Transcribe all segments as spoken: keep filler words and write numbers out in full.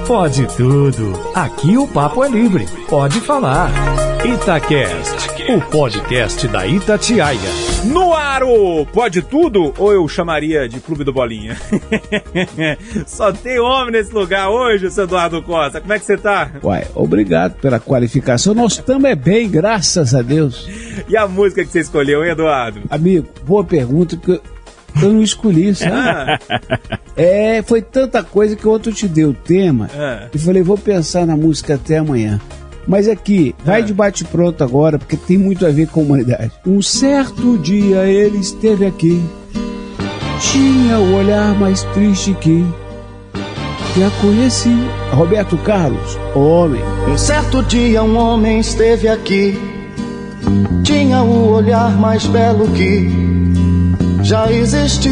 Pode tudo. Aqui o papo é livre. Pode falar. Itacast, o podcast da Itatiaia. No ar o Pode Tudo, ou eu chamaria de Clube do Bolinha? Só tem homem nesse lugar hoje, seu Eduardo Costa. Como é que você tá? Uai, obrigado pela qualificação. Nós estamos é bem, graças a Deus. E a música que você escolheu, hein, Eduardo? Amigo, boa pergunta, porque eu não escolhi, sabe? Ah. É, foi tanta coisa que ontem eu te dei o tema ah. e falei, vou pensar na música até amanhã. Mas aqui, vai ah. de bate-pronto agora, porque tem muito a ver com a humanidade. Um certo dia ele esteve aqui, tinha o olhar mais triste que já conheci. Roberto Carlos, o homem. Um certo dia um homem esteve aqui, tinha o olhar mais belo que já existiu.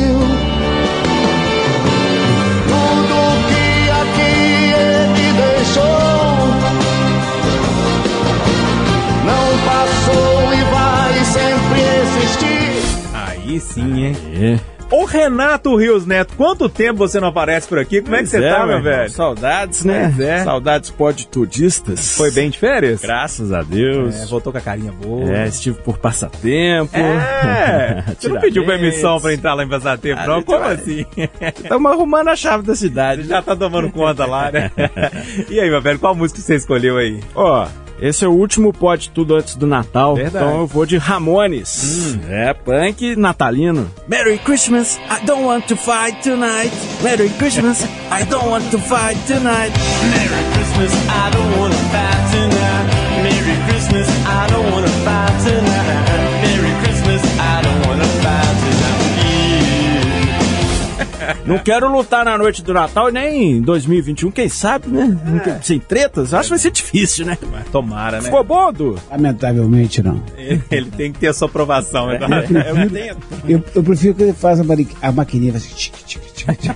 Tudo que aqui ele deixou não passou e vai sempre existir. Aí sim, hein? Aê. Ô Renato Rios Neto, quanto tempo você não aparece por aqui? Como pois é que você é, tá, meu velho? Saudades, né? É. Saudades podtudistas. Foi bem de férias? Graças a Deus. É, voltou com a carinha boa. É, estive por passatempo. É. Você não pediu permissão pra entrar lá em passatempo, ah, não? Como vai... assim? Estamos arrumando a chave da cidade. Já tá tomando conta lá, né? E aí, meu velho, qual música você escolheu aí? Ó... Oh, esse é o último Pode Tudo antes do Natal. Verdade. Então eu vou de Ramones. Hum. É, punk natalino. Merry Christmas, I don't want to fight tonight. Merry Christmas, I don't want to fight tonight. Merry Christmas, I don't want to fight tonight. Merry Christmas, I don't want to fight tonight. Merry Christmas, I don't want to fight tonight. Não quero lutar na noite do Natal nem em dois mil e vinte e um, quem sabe, né? É. Sem tretas, acho que vai ser difícil, né? Mas tomara, né? Ficou bom, Du? Lamentavelmente não. Ele, ele tem que ter a sua aprovação, né? É, eu, prefiro, eu, eu prefiro que ele faça a, mari- a maquininha assim, tic, tic, tic, tic.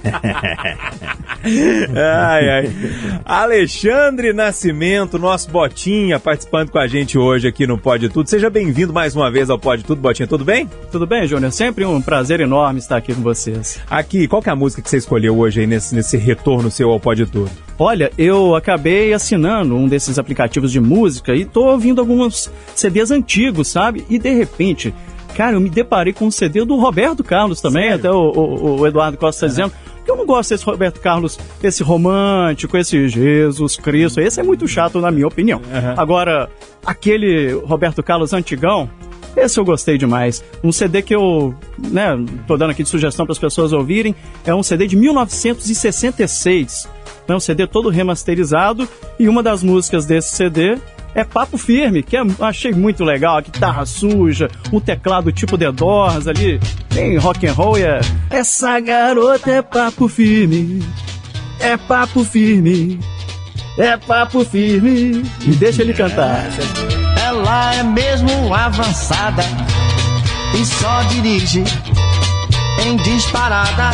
Ai, ai. Alexandre Nascimento, nosso Botinha, participando com a gente hoje aqui no Pode Tudo. Seja bem-vindo mais uma vez ao Pode Tudo, Botinha, tudo bem? Tudo bem, Júnior? Sempre um prazer enorme estar aqui com vocês. Aqui, qual que é a música que você escolheu hoje aí nesse, nesse retorno seu ao Pode Tudo? Olha, eu acabei assinando um desses aplicativos de música e tô ouvindo alguns C Ds antigos, sabe? E de repente, cara, eu me deparei com um C D do Roberto Carlos também, Sério? Até o, o, o Eduardo Costa está dizendo. Eu não gosto desse Roberto Carlos, esse romântico, esse Jesus Cristo, esse é muito chato na minha opinião. Uhum. Agora, aquele Roberto Carlos antigão, esse eu gostei demais. Um C D que eu, né, tô dando aqui de sugestão para as pessoas ouvirem, é um C D de mil novecentos e sessenta e seis, é um C D todo remasterizado, e uma das músicas desse C D é Papo Firme, que eu achei muito legal, a guitarra suja, um teclado tipo The Doors ali, tem rock and roll, é... Essa garota é papo firme, é papo firme, é papo firme, e deixa ele cantar. Ela é mesmo avançada e só dirige em disparada.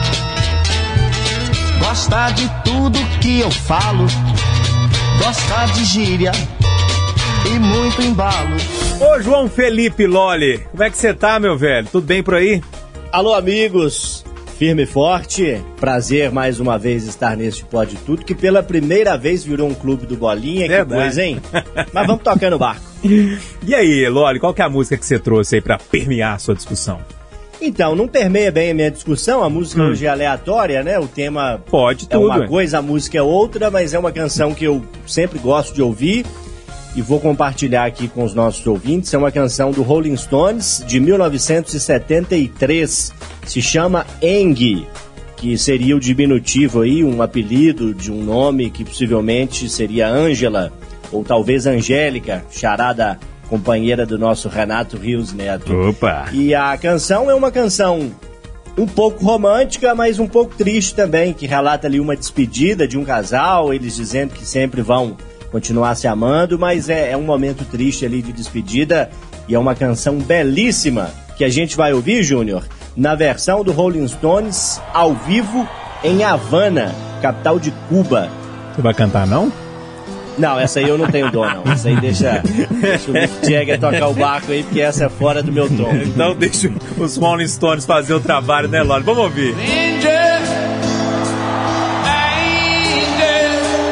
Gosta de tudo que eu falo, gosta de gíria e muito embalo. Ô João Felipe Lolli, como é que você tá, meu velho? Tudo bem por aí? Alô, amigos, firme e forte, prazer mais uma vez estar neste Pode Tudo, que pela primeira vez virou um clube do Bolinha, Verdade. Que coisa, hein? Mas vamos tocando o barco. E aí, Lolli, qual que é a música que você trouxe aí pra permear a sua discussão? Então, não permeia bem a minha discussão, a música hum. hoje é aleatória, né? O tema Pode é tudo, uma hein? coisa, a música é outra, mas é uma canção que eu sempre gosto de ouvir e vou compartilhar aqui com os nossos ouvintes. É uma canção do Rolling Stones, de mil novecentos e setenta e três, se chama Eng, que seria o diminutivo aí, um apelido de um nome que possivelmente seria Ângela, ou talvez Angélica, charada companheira do nosso Renato Rios Neto. Opa! E a canção é uma canção um pouco romântica, mas um pouco triste também, que relata ali uma despedida de um casal, eles dizendo que sempre vão continuar se amando, mas é, é um momento triste ali de despedida, e é uma canção belíssima que a gente vai ouvir, Júnior, na versão do Rolling Stones, ao vivo, em Havana, capital de Cuba. Você vai cantar, não? Não, essa aí eu não tenho dom, não. Essa aí deixa, deixa o Mick Jagger tocar o barco aí, porque essa é fora do meu tom. Então deixa os Rolling Stones fazer o trabalho, né, Lolli? Vamos ouvir. Angel, angel,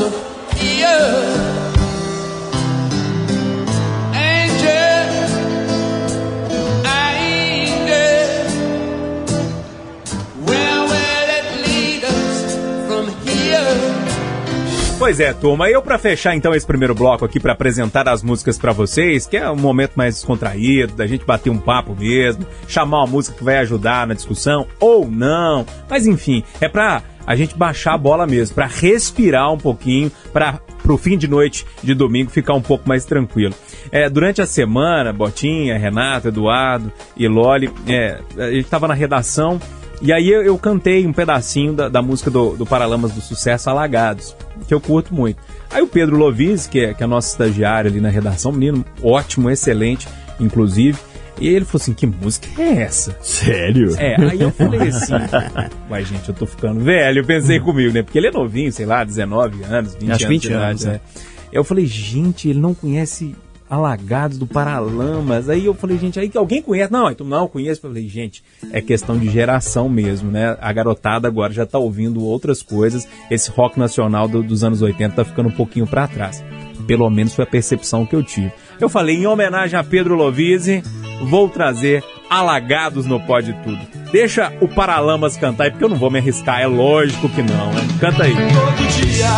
so here. Pois é, turma, eu pra fechar então esse primeiro bloco aqui pra apresentar as músicas pra vocês, que é um momento mais descontraído, da gente bater um papo mesmo, chamar uma música que vai ajudar na discussão ou não, mas enfim, é pra a gente baixar a bola mesmo, pra respirar um pouquinho, pra pro fim de noite de domingo ficar um pouco mais tranquilo. É, durante a semana, Botinha, Renato, Eduardo e Loli, é, a gente tava na redação. E aí eu, eu cantei um pedacinho da, da música do, do Paralamas do Sucesso, Alagados, que eu curto muito. Aí o Pedro Lovise, que é, que é nosso estagiário ali na redação, menino ótimo, excelente, inclusive, e ele falou assim, que música é essa? Sério? É, aí eu falei assim, uai gente, eu tô ficando velho, eu pensei comigo, né? Porque ele é novinho, sei lá, dezenove anos, vinte Acho anos. vinte anos, né? Eu falei, gente, ele não conhece Alagados do Paralamas. Aí eu falei, gente, aí alguém conhece? Não, então não, conheço. Eu falei, gente, é questão de geração mesmo, né? A garotada agora já tá ouvindo outras coisas. Esse rock nacional do, dos anos oitenta tá ficando um pouquinho pra trás. Pelo menos foi a percepção que eu tive. Eu falei, em homenagem a Pedro Lovise, vou trazer Alagados no Pode Tudo. Deixa o Paralamas cantar aí, porque eu não vou me arriscar, é lógico que não, né? Canta aí. Todo dia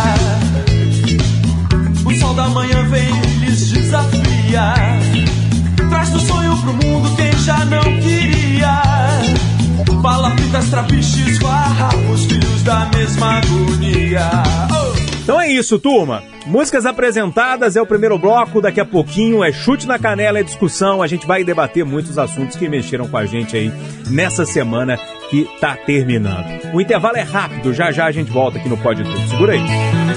o sol da manhã vem e lhes desafia. Traz do sonho pro mundo quem já não queria. Palafitas, trapiches, farrapos, filhos da mesma agonia. Oh! Então é isso, turma. Músicas apresentadas é o primeiro bloco. Daqui a pouquinho é chute na canela, é discussão. A gente vai debater muitos assuntos que mexeram com a gente aí nessa semana que tá terminando. O intervalo é rápido, já já a gente volta aqui no Pode Tudo. Segura aí.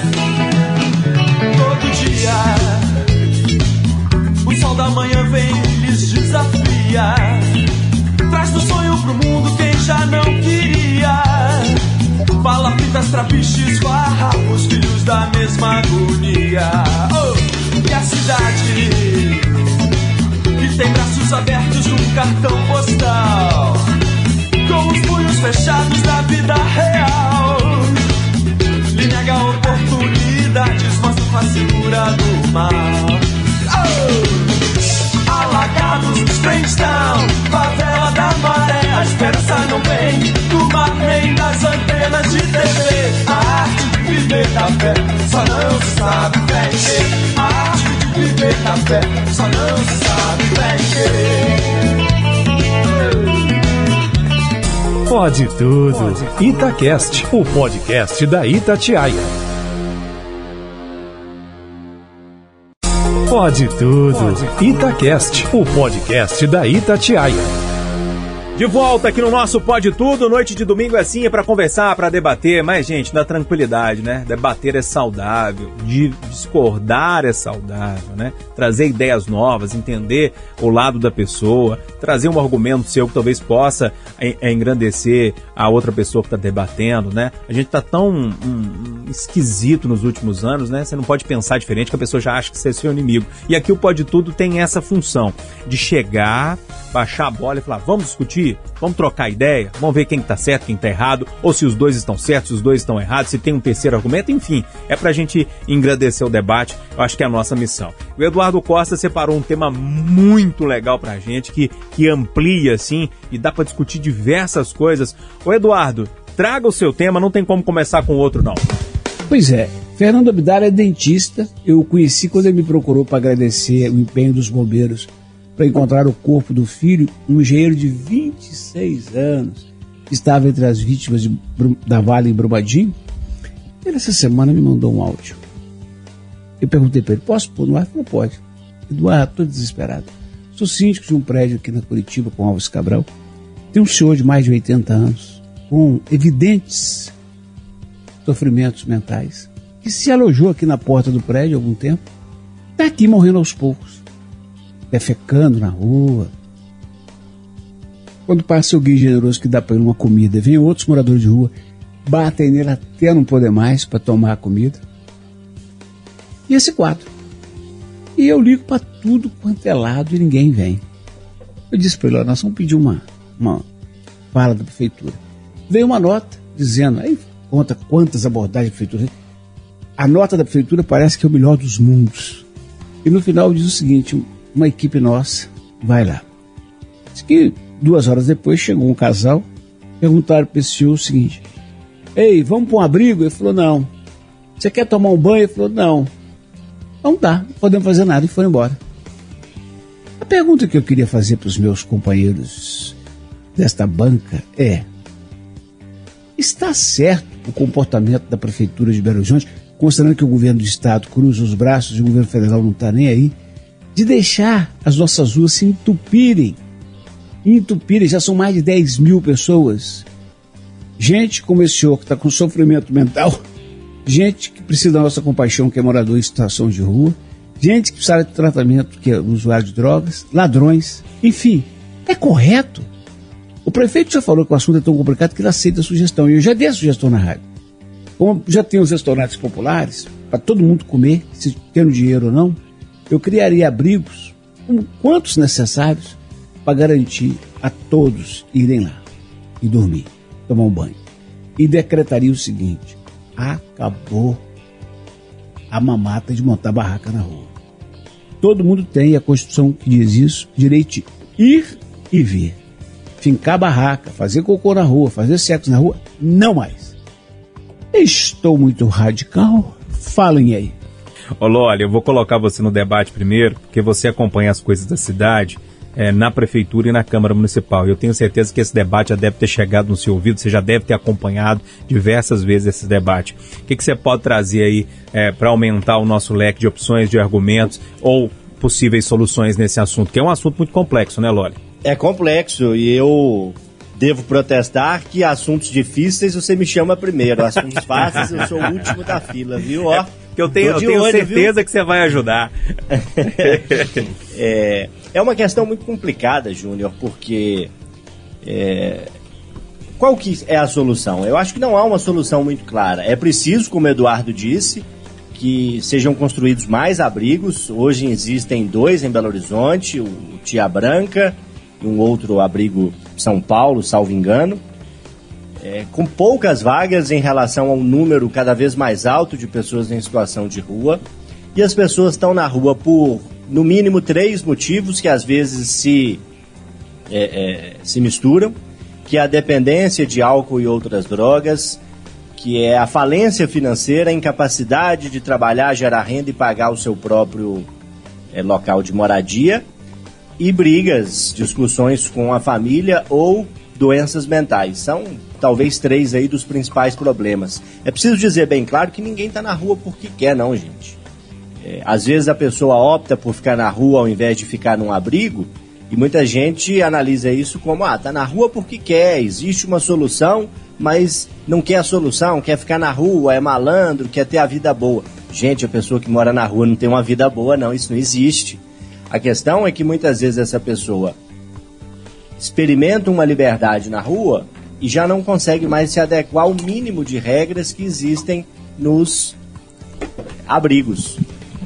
Todo dia o sol da manhã vem e lhes desafia. Traz do sonho pro mundo quem já não queria. Palafitas, trapiches, farrapos, filhos da mesma agonia. Oh! E a cidade que tem braços abertos num cartão postal, com os punhos fechados da vida real, lhe nega oportunidades, mostra face dura do mal. Oh! Alagados, Springtown, favela da maré. A esperança não vem do mar nem das antenas de T V. A arte de viver da fé só não se sabe fé em quê. A arte de viver da fé só não se sabe fé em quê. Pode Tudo. Itacast, o podcast da Itatiaia. Pode Tudo. Itacast, o podcast da Itatiaia. De volta aqui no nosso Pode Tudo, noite de domingo é assim, é pra conversar, pra debater, mas gente, na tranquilidade, né? Debater é saudável, de discordar é saudável, né? Trazer ideias novas, entender o lado da pessoa, trazer um argumento seu que talvez possa engrandecer a outra pessoa que tá debatendo, né? A gente tá tão um, um, esquisito nos últimos anos, né? Você não pode pensar diferente, que a pessoa já acha que você é seu inimigo. E aqui o Pode Tudo tem essa função, de chegar, baixar a bola e falar, vamos discutir? Vamos trocar ideia, vamos ver quem tá certo, quem tá errado, ou se os dois estão certos, se os dois estão errados, se tem um terceiro argumento, enfim, é pra gente engrandecer o debate, eu acho que é a nossa missão. O Eduardo Costa separou um tema muito legal pra gente, que, que amplia, assim, e dá pra discutir diversas coisas. Ô Eduardo, traga o seu tema, não tem como começar com outro, não. Pois é, Fernando Abdala é dentista, eu o conheci quando ele me procurou para agradecer o empenho dos bombeiros para encontrar o corpo do filho, um engenheiro de vinte e seis anos, que estava entre as vítimas de, da Vale em Brumadinho. Ele essa semana me mandou um áudio. Eu perguntei para ele, posso pôr no ar? Ele falou, pode. Eduardo, estou desesperado. Sou síndico de um prédio aqui na Curitiba, com Alves Cabral. Tem um senhor de mais de oitenta anos, com evidentes sofrimentos mentais, que se alojou aqui na porta do prédio há algum tempo, está aqui morrendo aos poucos, defecando na rua. Quando passa alguém generoso que dá para ele uma comida, vem outros moradores de rua, batem nele até não poder mais para tomar a comida. E esse quadro. E eu ligo para tudo quanto é lado e ninguém vem. Eu disse para ele, ó, nós vamos pedir uma, uma fala da prefeitura. Veio uma nota dizendo, aí conta quantas abordagens a prefeitura. a nota da prefeitura parece que é o melhor dos mundos. E no final diz o seguinte, uma equipe nossa vai lá. Diz que duas horas depois chegou um casal, perguntaram para esse senhor o seguinte, ei, vamos para um abrigo? Ele falou, não. Você quer tomar um banho? Ele falou, não. Não dá, não podemos fazer nada, e foram embora. A pergunta que eu queria fazer para os meus companheiros desta banca é, está certo o comportamento da Prefeitura de Belo Horizonte, considerando que o governo do estado cruza os braços e o governo federal não está nem aí, de deixar as nossas ruas se entupirem, entupirem, já são mais de dez mil pessoas, gente como esse senhor que está com sofrimento mental, gente que precisa da nossa compaixão, que é morador em situação de rua, gente que precisa de tratamento, que é usuário de drogas, ladrões, enfim, é correto? O prefeito já falou que o assunto é tão complicado que ele aceita a sugestão, e eu já dei a sugestão na rádio. Como já tem os restaurantes populares, para todo mundo comer, se tendo dinheiro ou não, eu criaria abrigos, com quantos necessários, para garantir a todos irem lá e dormir, tomar um banho. E decretaria o seguinte, acabou a mamata de montar barraca na rua. Todo mundo tem, a Constituição que diz isso, direito de ir e vir. Fincar barraca, fazer cocô na rua, fazer sexo na rua, não mais. Estou muito radical? Falem aí. Ô Loli, eu vou colocar você no debate primeiro, porque você acompanha as coisas da cidade é, na Prefeitura e na Câmara Municipal. Eu tenho certeza que esse debate já deve ter chegado no seu ouvido, você já deve ter acompanhado diversas vezes esse debate. O que, que você pode trazer aí é, para aumentar o nosso leque de opções, de argumentos ou possíveis soluções nesse assunto, que é um assunto muito complexo, né, Loli? É complexo e eu devo protestar que assuntos difíceis você me chama primeiro, assuntos fáceis eu sou o último da fila, viu? Ó, é, que eu tenho, eu tenho olho, certeza viu? Que você vai ajudar. é, é uma questão muito complicada, Júnior, porque é, qual que é a solução? Eu acho que não há uma solução muito clara. É preciso, como o Eduardo disse, que sejam construídos mais abrigos. Hoje existem dois em Belo Horizonte, o Tia Branca e um outro abrigo São Paulo, salvo engano, é, com poucas vagas em relação ao número cada vez mais alto de pessoas em situação de rua, e as pessoas estão na rua por, no mínimo, três motivos que às vezes se, é, é, se misturam, que é a dependência de álcool e outras drogas, que é a falência financeira, a incapacidade de trabalhar, gerar renda e pagar o seu próprio é, local de moradia, e brigas, discussões com a família ou doenças mentais. São talvez três aí dos principais problemas. É preciso dizer bem claro que ninguém está na rua porque quer, não, gente. É, às vezes a pessoa opta por ficar na rua ao invés de ficar num abrigo, e muita gente analisa isso como, ah, tá na rua porque quer, existe uma solução, mas não quer a solução, quer ficar na rua, é malandro, quer ter a vida boa. Gente, a pessoa que mora na rua não tem uma vida boa, não, isso não existe. A questão é que muitas vezes essa pessoa experimenta uma liberdade na rua e já não consegue mais se adequar ao mínimo de regras que existem nos abrigos.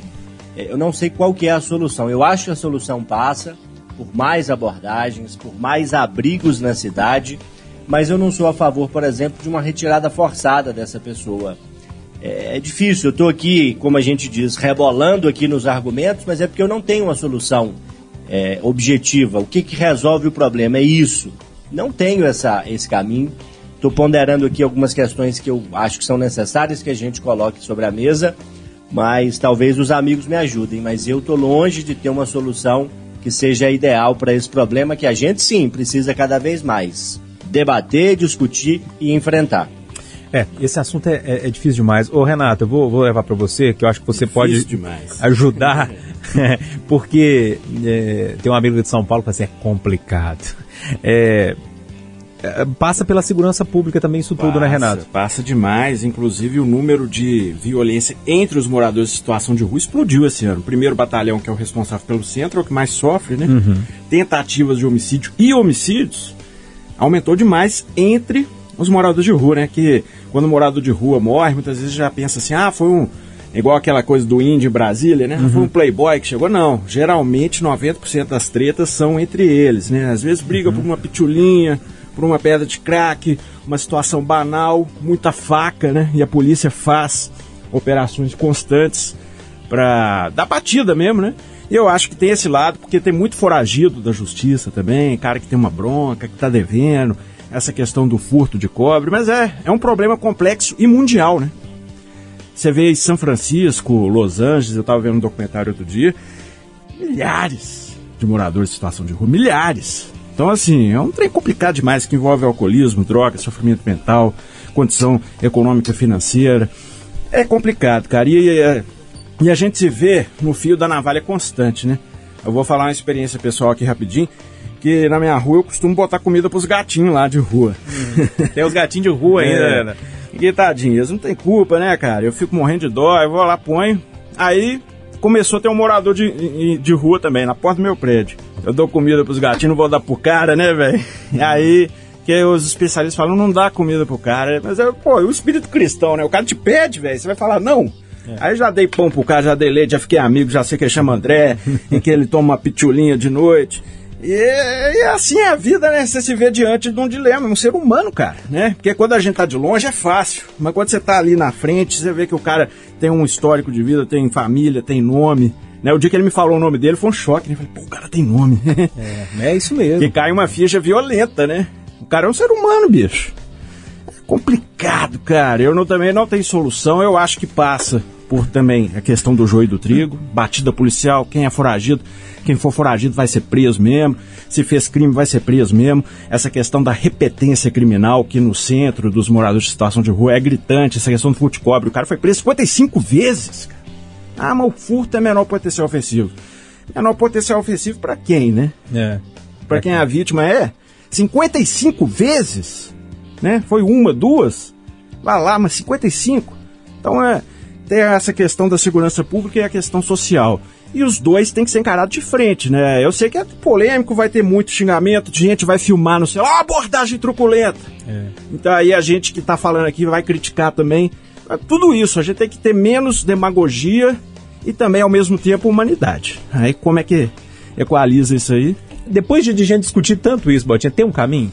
Eu não sei qual que é a solução. Eu acho que a solução passa por mais abordagens, por mais abrigos na cidade, mas eu não sou a favor, por exemplo, de uma retirada forçada dessa pessoa. É difícil, eu estou aqui, como a gente diz, rebolando aqui nos argumentos, mas é porque eu não tenho uma solução é, objetiva. O que, que resolve o problema? É isso. Não tenho essa, esse caminho. Estou ponderando aqui algumas questões que eu acho que são necessárias que a gente coloque sobre a mesa, mas talvez os amigos me ajudem. Mas eu estou longe de ter uma solução que seja ideal para esse problema que a gente, sim, precisa cada vez mais debater, discutir e enfrentar. É, esse assunto é, é, é difícil demais. Ô Renato, eu vou, vou levar para você, que eu acho que você difícil pode demais. Ajudar, porque é, tem um amigo de São Paulo que fala assim, é complicado. É, é, passa pela segurança pública também isso passa, tudo, né, Renato? Passa demais, inclusive o número de violência entre os moradores em situação de rua explodiu esse ano. O primeiro batalhão, que é o responsável pelo centro, é o que mais sofre, né? Uhum. Tentativas de homicídio e homicídios aumentou demais entre os moradores de rua, né? Que quando o morador de rua morre, muitas vezes já pensa assim, ah, foi um... Igual aquela coisa do índio em Brasília, né? Uhum. Foi um playboy que chegou. Não, geralmente noventa por cento das tretas são entre eles, né? Às vezes briga uhum. por uma pitulinha, por uma pedra de crack, uma situação banal, muita faca, né? E a polícia faz operações constantes para dar batida mesmo, né? E eu acho que tem esse lado, porque tem muito foragido da justiça também, cara que tem uma bronca, que tá devendo, essa questão do furto de cobre, mas é, é um problema complexo e mundial, né? Você vê em São Francisco, Los Angeles, eu tava vendo um documentário outro dia, milhares de moradores em situação de rua, milhares. Então, assim, é um trem complicado demais, que envolve alcoolismo, droga, sofrimento mental, condição econômica financeira. É complicado, cara, e, e, e a gente se vê no fio da navalha constante, né? Eu vou falar uma experiência pessoal aqui rapidinho, que na minha rua eu costumo botar comida pros gatinhos lá de rua. Hum, tem os gatinhos de rua ainda, é. né? E tadinho, eles não tem culpa, né, cara? Eu fico morrendo de dó, eu vou lá, ponho. Aí começou a ter um morador de, de rua também, na porta do meu prédio. Eu dou comida pros gatinhos, não vou dar pro cara, né, velho? Aí, que os especialistas falam, não dá comida pro cara. Mas, eu, pô, o espírito cristão, né? O cara te pede, velho, você vai falar, não. É. Aí já dei pão pro cara, já dei leite, já fiquei amigo, já sei que ele chama André, e que ele toma uma pitulinha de noite. E, e assim é a vida, né? Você se vê diante de um dilema, um ser humano, cara, né? Porque quando a gente tá de longe é fácil, mas quando você tá ali na frente, você vê que o cara tem um histórico de vida, tem família, tem nome, né? O dia que ele me falou o nome dele foi um choque, né? Eu falei, pô, o cara tem nome. É, é isso mesmo. Que cai uma ficha violenta, né? O cara é um ser humano, bicho. É complicado, cara. Eu não, também não tenho solução, eu acho que passa por também a questão do joio e do trigo, batida policial, quem é foragido, quem for foragido vai ser preso mesmo, se fez crime vai ser preso mesmo, essa questão da repetência criminal que no centro dos moradores de situação de rua é gritante, essa questão do furto de cobre, o cara foi preso cinquenta e cinco vezes, cara. Ah, mas o furto é menor potencial ofensivo. Menor potencial ofensivo pra quem, né? É. Pra quem é a vítima é cinquenta e cinco vezes, né? Foi uma, duas, vai lá, mas cinquenta e cinco. Então é... tem essa questão da segurança pública e a questão social. E os dois têm que ser encarados de frente, né? Eu sei que é polêmico, vai ter muito xingamento, gente vai filmar no celular, oh, abordagem truculenta. É. Então aí a gente que tá falando aqui vai criticar também. Tudo isso, a gente tem que ter menos demagogia e também, ao mesmo tempo, humanidade. Aí como é que equaliza isso aí? Depois de, de gente discutir tanto isso, Botinha, tem um caminho?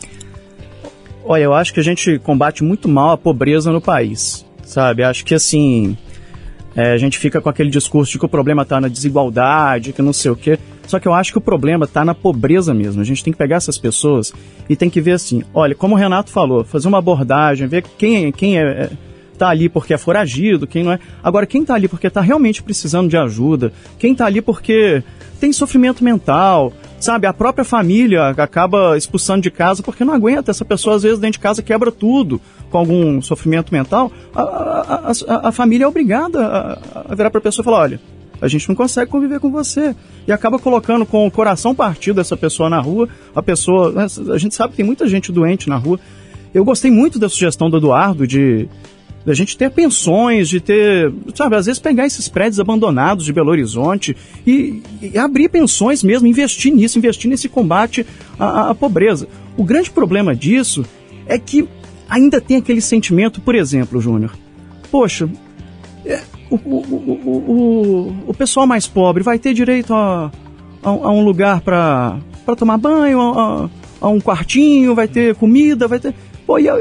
Olha, eu acho que a gente combate muito mal a pobreza no país, sabe? Acho que, assim... É, a gente fica com aquele discurso de que o problema está na desigualdade, que não sei o quê. Só que eu acho que o problema está na pobreza mesmo. A gente tem que pegar essas pessoas e tem que ver assim, olha, como o Renato falou, fazer uma abordagem, ver quem, quem é, é, tá ali porque é foragido, quem não é. Agora, quem está ali porque está realmente precisando de ajuda, quem está ali porque tem sofrimento mental, sabe? A própria família acaba expulsando de casa porque não aguenta. Essa pessoa, às vezes, dentro de casa quebra tudo com algum sofrimento mental. A, a, a, a família é obrigada a, a virar para a pessoa e falar, olha, a gente não consegue conviver com você. E acaba colocando com o coração partido essa pessoa na rua. A pessoa, a gente sabe que tem muita gente doente na rua. Eu gostei muito da sugestão do Eduardo de da gente ter pensões, de ter, sabe, às vezes pegar esses prédios abandonados de Belo Horizonte e, e abrir pensões mesmo, investir nisso, investir nesse combate à, à pobreza. O grande problema disso é que ainda tem aquele sentimento, por exemplo, Júnior, poxa, é, o, o, o, o, o pessoal mais pobre vai ter direito a, a, a um lugar para tomar banho, a, a um quartinho, vai ter comida, vai ter... Pô, e,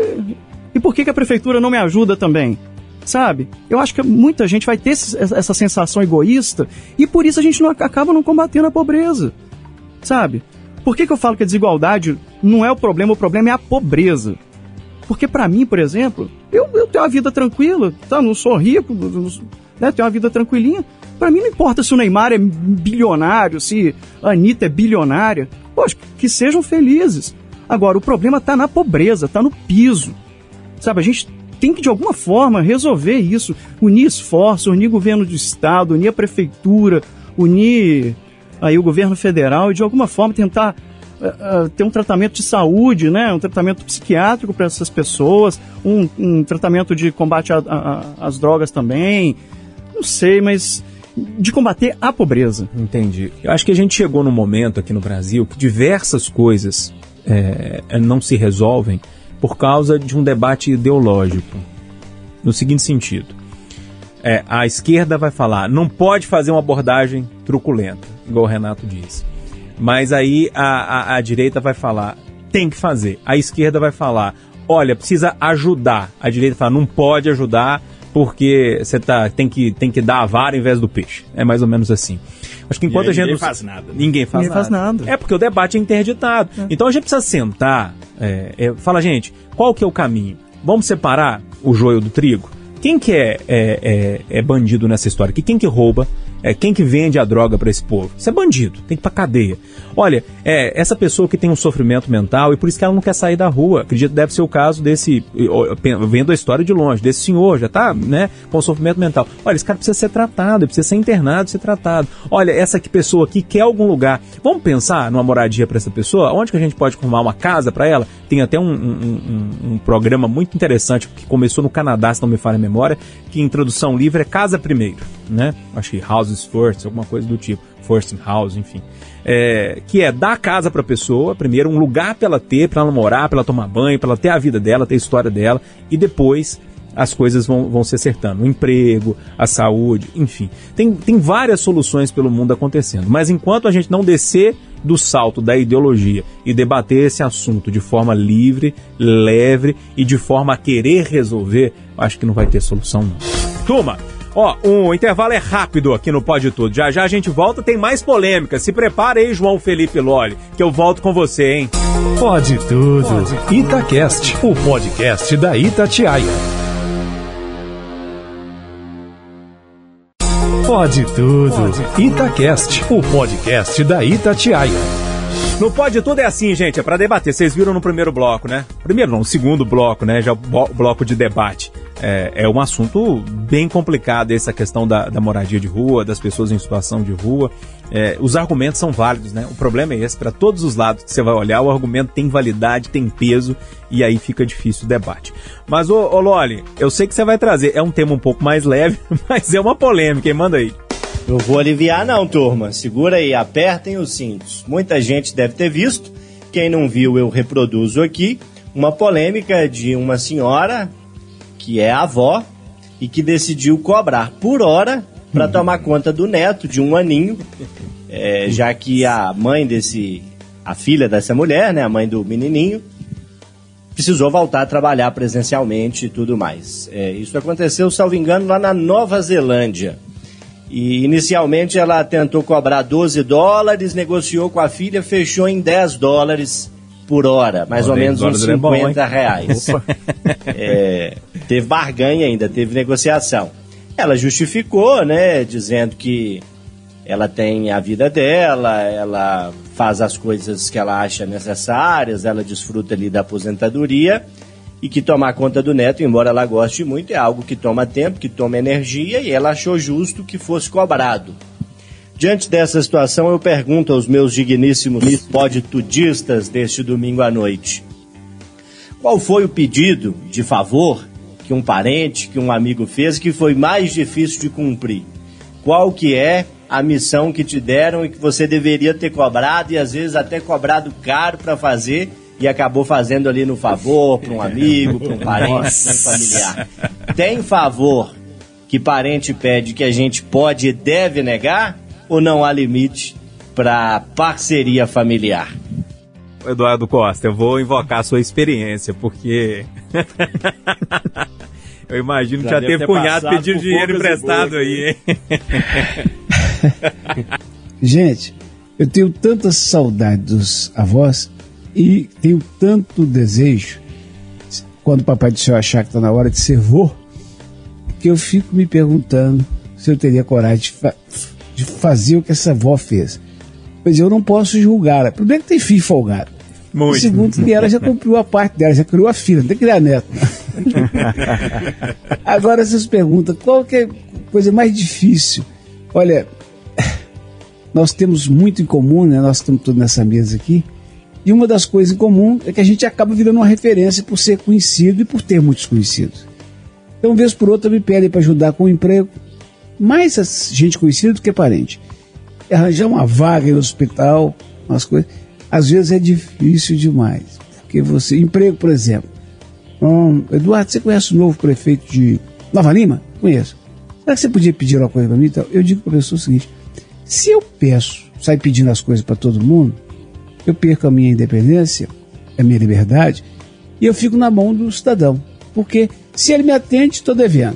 e por que, que a prefeitura não me ajuda também? Sabe? Eu acho que muita gente vai ter esse, essa sensação egoísta e por isso a gente não, acaba não combatendo a pobreza. Sabe? Por que, que eu falo que a desigualdade não é o problema, o problema é a pobreza? Porque pra mim, por exemplo, eu, eu tenho uma vida tranquila, tá? Não sou rico, não, né? Tenho uma vida tranquilinha. Pra mim não importa se o Neymar é bilionário, se a Anitta é bilionária. Poxa, que sejam felizes. Agora, o problema tá na pobreza, tá no piso. Sabe, a gente tem que, de alguma forma, resolver isso. Unir esforços, unir governo do estado, unir a prefeitura, unir aí o governo federal e, de alguma forma, tentar uh, uh, ter um tratamento de saúde, né? Um tratamento psiquiátrico para essas pessoas, um, um tratamento de combate às drogas também. Não sei, mas de combater a pobreza. Entendi. Eu acho que a gente chegou num momento aqui no Brasil que diversas coisas é, não se resolvem por causa de um debate ideológico. No seguinte sentido, é, a esquerda vai falar, não pode fazer uma abordagem truculenta, igual o Renato disse. Mas aí a, a, a direita vai falar, tem que fazer. A esquerda vai falar, olha, precisa ajudar. A direita fala, não pode ajudar porque você tá, tem, que, tem que dar a vara em vez do peixe. É mais ou menos assim. Acho que enquanto e aí a gente... Ninguém não... faz nada. Né? Ninguém faz ninguém nada. faz nada. É porque o debate é interditado. É. Então a gente precisa sentar, é, é, fala, gente, qual que é o caminho? Vamos separar o joio do trigo? Quem que é, é, é, é bandido nessa história aqui? Quem que rouba? É, quem que vende a droga para esse povo? Isso é bandido, tem que ir pra cadeia. Olha, é, essa pessoa que tem um sofrimento mental e por isso que ela não quer sair da rua. Acredito que deve ser o caso desse, vendo a história de longe, desse senhor, já tá, né, com sofrimento mental. Olha, esse cara precisa ser tratado, ele precisa ser internado, ser tratado. Olha, essa aqui, pessoa aqui quer algum lugar. Vamos pensar numa moradia para essa pessoa? Onde que a gente pode arrumar uma casa para ela? Tem até um, um, um, um programa muito interessante que começou no Canadá, se não me falha a memória, que em tradução livre é Casa Primeiro, né? Acho que Houses First, alguma coisa do tipo, First House, enfim. É, que é dar casa para a pessoa, primeiro, um lugar para ela ter, para ela morar, para ela tomar banho, para ela ter a vida dela, ter a história dela, e depois as coisas vão, vão se acertando. O emprego, a saúde, enfim. Tem, tem várias soluções pelo mundo acontecendo, mas enquanto a gente não descer do salto da ideologia e debater esse assunto de forma livre, leve e de forma a querer resolver, acho que não vai ter solução não. Turma, ó, o intervalo é rápido aqui no Pode Tudo. Já já a gente volta, tem mais polêmica. Se prepara aí, João Felipe Lolli, que eu volto com você, hein? Pode Tudo. Pode. Itacast, o podcast da Itatiaia. Pode Tudo. Pode. Itacast, o podcast da Itatiaia. No Pode Tudo é assim, gente, é pra debater. Vocês viram no primeiro bloco, né? Primeiro não, segundo bloco, né? Já o bloco de debate. É, é um assunto bem complicado essa questão da, da moradia de rua, das pessoas em situação de rua. É, os argumentos são válidos, né? O problema é esse, para todos os lados que você vai olhar, o argumento tem validade, tem peso, e aí fica difícil o debate. Mas, ô, ô Lolli, eu sei que você vai trazer, é um tema um pouco mais leve, mas é uma polêmica, hein? Manda aí. Eu vou aliviar não, turma. Segura aí, apertem os cintos. Muita gente deve ter visto, quem não viu eu reproduzo aqui, uma polêmica de uma senhora que é avó e que decidiu cobrar por hora para uhum. tomar conta do neto de um aninho, é, já que a mãe desse, a filha dessa mulher, né, a mãe do menininho, precisou voltar a trabalhar presencialmente e tudo mais. É, isso aconteceu, salvo engano, lá na Nova Zelândia. E inicialmente ela tentou cobrar doze dólares, negociou com a filha, fechou em dez dólares por hora, mais oh, ou menos uns cinquenta reais. É, teve barganha ainda, teve negociação. Ela justificou, né, dizendo que ela tem a vida dela, ela faz as coisas que ela acha necessárias, ela desfruta ali da aposentadoria e que tomar conta do neto, embora ela goste muito, é algo que toma tempo, que toma energia, e ela achou justo que fosse cobrado. Diante dessa situação, eu pergunto aos meus digníssimos podtudistas deste domingo à noite: qual foi o pedido de favor que um parente, que um amigo fez, que foi mais difícil de cumprir? Qual que é a missão que te deram e que você deveria ter cobrado e às vezes até cobrado caro para fazer e acabou fazendo ali no favor, para um amigo, para um parente, para um familiar? Tem favor que parente pede que a gente pode e deve negar, ou não há limite para parceria familiar? Eduardo Costa, eu vou invocar a sua experiência, porque eu imagino que já, já teve cunhado pedindo dinheiro emprestado aí, hein? Gente, eu tenho tanta saudade dos avós e tenho tanto desejo, quando o Papai do Céu achar que está na hora de ser vô, que eu fico me perguntando se eu teria coragem de, fa- de fazer o que essa avó fez. Pois eu não posso julgá-la. Primeiro que tem filho folgado. Muito. E segundo que ela já cumpriu a parte dela, já criou a filha, não tem que criar neto. Agora vocês perguntam, qual que é a coisa mais difícil? Olha, nós temos muito em comum, né? Nós estamos todos nessa mesa aqui. E uma das coisas em comum é que a gente acaba virando uma referência por ser conhecido e por ter muitos conhecidos. Então, vez por outra, me pedem para ajudar com o emprego. Mais gente conhecida do que parente. Arranjar uma vaga no hospital, umas coisas. Às vezes é difícil demais. Porque você... Emprego, por exemplo. Hum, Eduardo, você conhece o novo prefeito de Nova Lima? Conheço. Será que você podia pedir uma coisa para mim? Então, eu digo para a pessoa o seguinte: se eu peço, saio pedindo as coisas para todo mundo, eu perco a minha independência, a minha liberdade, e eu fico na mão do cidadão. Porque se ele me atende, estou devendo.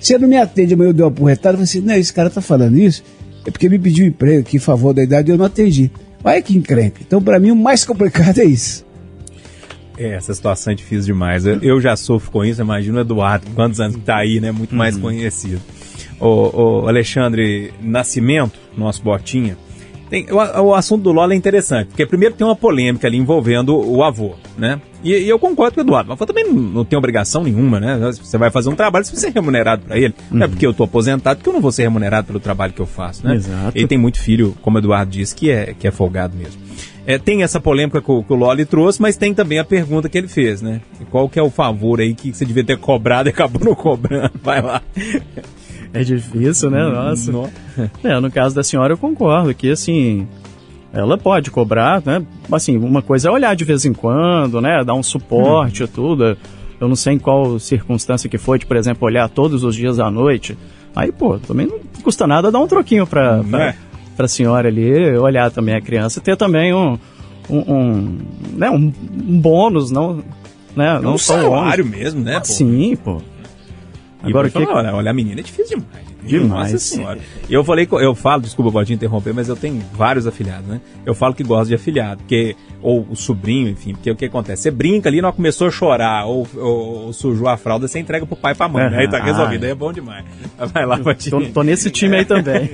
Você não me atende, amanhã eu dei uma porretada, eu falei assim, não, esse cara tá falando isso, é porque me pediu emprego aqui, em favor da idade, e eu não atendi. Olha que encrenca. Então, pra mim, o mais complicado é isso. É, essa situação é difícil demais. Eu, eu já sofro com isso, imagino o Eduardo, quantos anos que tá aí, né? Muito mais uhum. conhecido. O, o Alexandre Nascimento, nosso botinha, tem, o, o assunto do Lola é interessante, porque primeiro tem uma polêmica ali envolvendo o avô, né? E, e eu concordo com o Eduardo, o avô também não, não tem obrigação nenhuma, né? Você vai fazer um trabalho, se você é remunerado para ele. Uhum. Não é porque eu tô aposentado que eu não vou ser remunerado pelo trabalho que eu faço, né? Exato. Ele tem muito filho, como o Eduardo disse, que é, que é folgado mesmo. É, tem essa polêmica que o, que o Loli trouxe, mas tem também a pergunta que ele fez, né? Qual que é o favor aí que você devia ter cobrado e acabou não cobrando? Vai lá. É difícil, né? Nossa. É, no caso da senhora eu concordo que, assim, ela pode cobrar, né? Assim, uma coisa é olhar de vez em quando, né? Dar um suporte e tudo. Eu não sei em qual circunstância que foi, de, por exemplo, olhar todos os dias à noite. Aí, pô, também não custa nada dar um troquinho pra, pra, é. pra senhora ali, olhar também a criança, ter também um, um, um, né? um, um bônus, não, né? É não um só salário um mesmo, né? Pô? Sim, pô. Agora, que... falar, olha, a menina é difícil demais. Demais. Nossa senhora. Eu falei, eu falo, desculpa, pode interromper, mas eu tenho vários afilhados, né? Eu falo que gosto de afilhado, porque, ou o sobrinho, enfim, porque o que acontece? Você brinca ali, não começou a chorar, ou, ou, ou sujou a fralda, você entrega pro pai e pra mãe, né? Aí tá resolvido, aí é bom demais. Vai lá, Patinho. Tô, tô nesse time aí também.